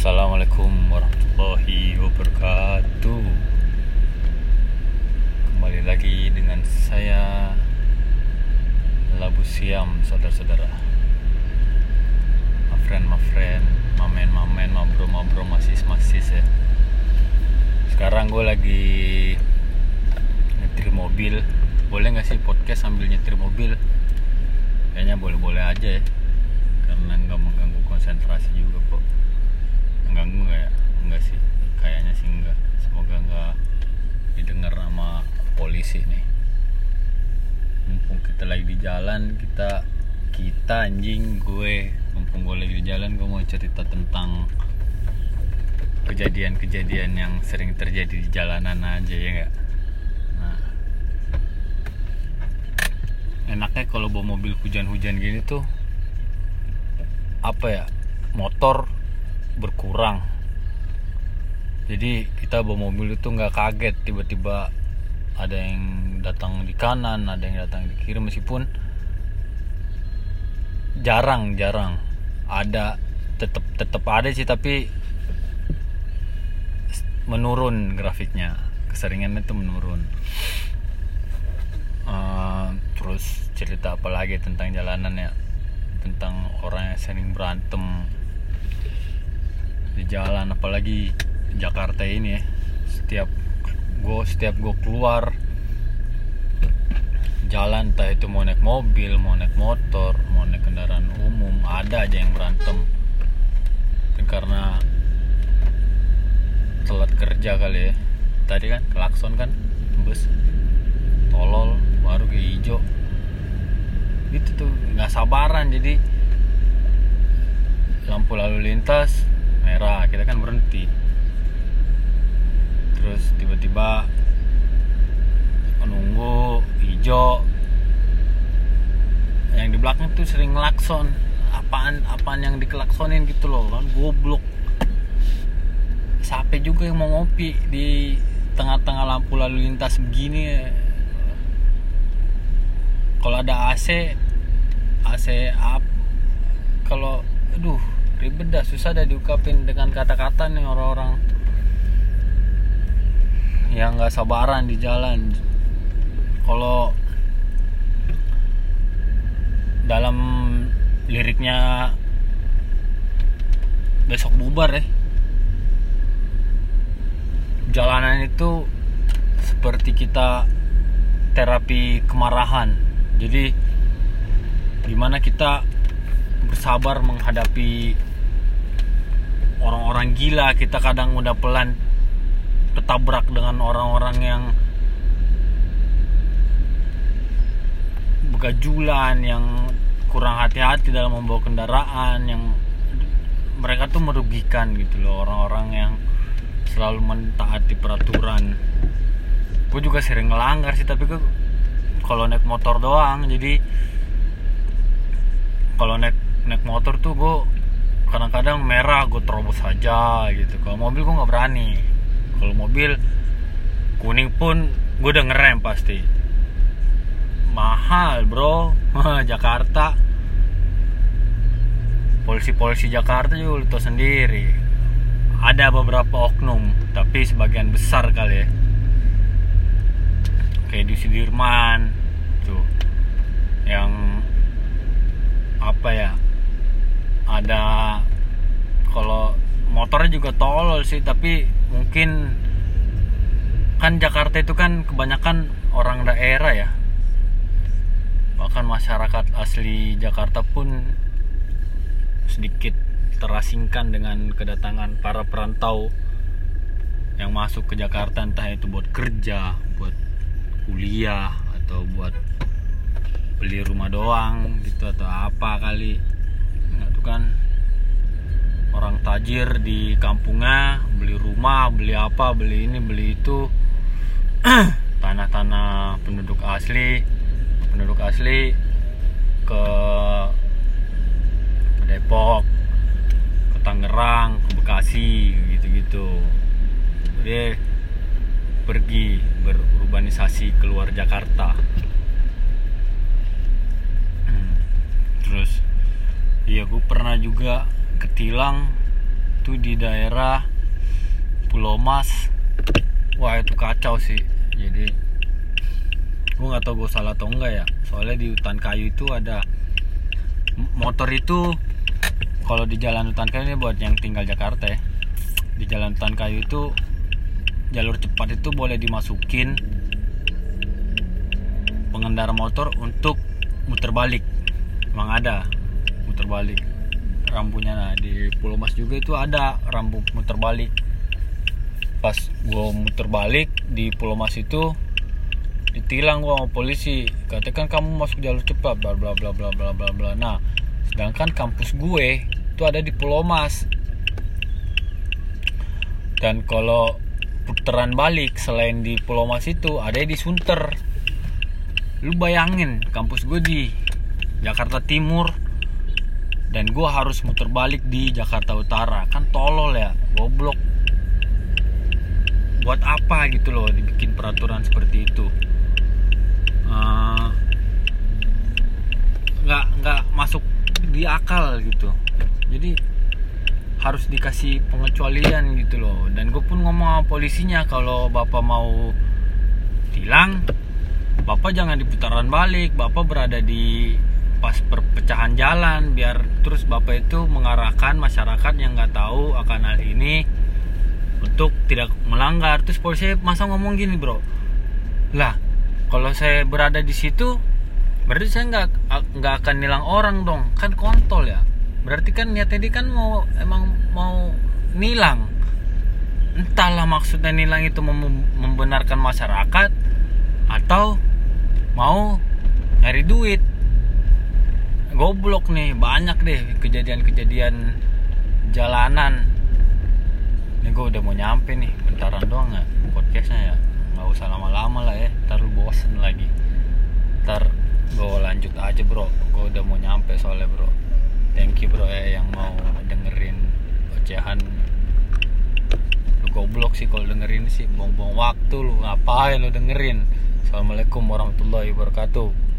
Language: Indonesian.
Assalamualaikum warahmatullahi wabarakatuh. Kembali lagi dengan saya Labu Siam, saudara-saudara. My friend, mamen, mabro, masis ya. Sekarang gue lagi nyetir mobil. Boleh gak sih podcast sambil nyetir mobil? Kayaknya boleh-boleh aja ya, karena gak mengganggu konsentrasi juga kok. Mengganggu gak ya? Enggak sih, kayaknya sih enggak. Semoga gak didengar sama polisi nih. Mumpung kita lagi di jalan, kita anjing, mumpung gue lagi di jalan, gue mau cerita tentang kejadian-kejadian yang sering terjadi di jalanan aja, ya gak? Nah, enaknya kalau bawa mobil hujan-hujan gini tuh apa ya, motor berkurang. Jadi kita bawa mobil itu nggak kaget tiba-tiba ada yang datang di kanan, ada yang datang di kiri, meskipun jarang ada, tetap ada sih, tapi menurun grafiknya, keseringannya itu menurun. Terus cerita apa lagi tentang jalanan ya, tentang orang yang sering berantem di jalan, apalagi Jakarta ini ya. Setiap gue keluar jalan, entah itu mau naik mobil, mau naik motor, mau naik kendaraan umum, ada aja yang berantem. Dan karena telat kerja kali ya, tadi kan klakson kan bus, tolol baru ke hijau gitu tuh, nggak sabaran. Jadi lampu lalu lintas merah, kita kan berhenti, terus tiba-tiba menunggu hijau, yang di belakang tuh sering ngelakson. Apaan yang dikelaksonin gitu loh kan, goblok. Siapa juga yang mau ngopi di tengah-tengah lampu lalu lintas begini. Kalau ada AC up, kalau ribet dah, susah dah diungkapin dengan kata-kata nih orang-orang yang nggak sabaran di jalan. Kalau dalam liriknya Besok Bubar ya, jalanan itu seperti kita terapi kemarahan. Jadi gimana kita bersabar menghadapi orang-orang gila. Kita kadang udah pelan ketabrak dengan orang-orang yang begajulan, yang kurang hati-hati dalam membawa kendaraan, yang mereka tuh merugikan gitu loh, orang-orang yang selalu mentaati peraturan. Gue juga sering ngelanggar sih, tapi gue kalau naik motor doang. Jadi kalau naik motor tuh gue kadang-kadang merah gue terobos aja gitu. Kalau mobil gue nggak berani. Kalau mobil kuning pun gue udah ngerem pasti. Mahal bro. Jakarta, polisi Jakarta juga lu tau sendiri, ada beberapa oknum, tapi sebagian besar kali ya, kayak di Sudirman tuh, yang apa ya, ada, kalau motornya juga tolol sih, tapi mungkin kan Jakarta itu kan kebanyakan orang daerah ya, bahkan masyarakat asli Jakarta pun sedikit terasingkan dengan kedatangan para perantau yang masuk ke Jakarta, entah itu buat kerja, buat kuliah, atau buat beli rumah doang gitu, atau apa kali. Nah, itu kan orang tajir di kampungnya beli rumah, beli apa, beli ini, beli itu. Tanah-tanah penduduk asli ke Depok, ke Tangerang, ke Bekasi, gitu-gitu. Dia pergi berurbanisasi keluar Jakarta. Terus iya, gue pernah juga ketilang itu di daerah Pulau Mas. Wah itu kacau sih. Jadi gue nggak tahu gue salah atau enggak ya, soalnya di hutan kayu itu ada motor itu. Kalau di jalan hutan kayu ini buat yang tinggal Jakarta ya, di jalan hutan kayu itu jalur cepat itu boleh dimasukin pengendara motor untuk muter balik. Emang ada muter balik rampunya. Nah di Pulau Mas juga itu ada rampu muter balik. Pas gue muter balik di Pulau Mas itu ditilang gue sama polisi, katakan kamu masuk jalur cepat bla bla bla bla bla bla bla. Nah sedangkan kampus gue itu ada di Pulau Mas, dan kalau putaran balik selain di Pulau Mas itu ada di Sunter. Lu bayangin kampus gue di Jakarta Timur dan gue harus muter balik di Jakarta Utara, kan tolol ya, goblok. Buat apa gitu loh dibikin peraturan seperti itu? Nggak masuk di akal gitu. Jadi harus dikasih pengecualian gitu loh. Dan gue pun ngomong sama polisinya, kalau bapak mau tilang, bapak jangan di putaran balik, bapak berada di pas perpecahan jalan, biar terus bapak itu mengarahkan masyarakat yang nggak tahu akan hal ini untuk tidak melanggar. Terus polisi masa ngomong gini, bro, lah kalau saya berada di situ berarti saya nggak akan nilang orang dong, kan kontol ya. Berarti kan niatnya dia kan emang mau nilang. Entahlah maksudnya nilang itu membenarkan masyarakat atau mau nyari duit. Goblok nih, banyak deh kejadian-kejadian jalanan. Ini gue udah mau nyampe nih, bentaran doang ya podcastnya ya, nggak usah lama-lama lah ya, ntar lu bosen lagi. Ntar gue lanjut aja bro, gue udah mau nyampe soalnya bro. Thank you bro ya yang mau dengerin ocehan. Lu goblok sih kalau dengerin sih, buang-buang waktu lu, ngapain lu dengerin. Assalamualaikum warahmatullahi wabarakatuh.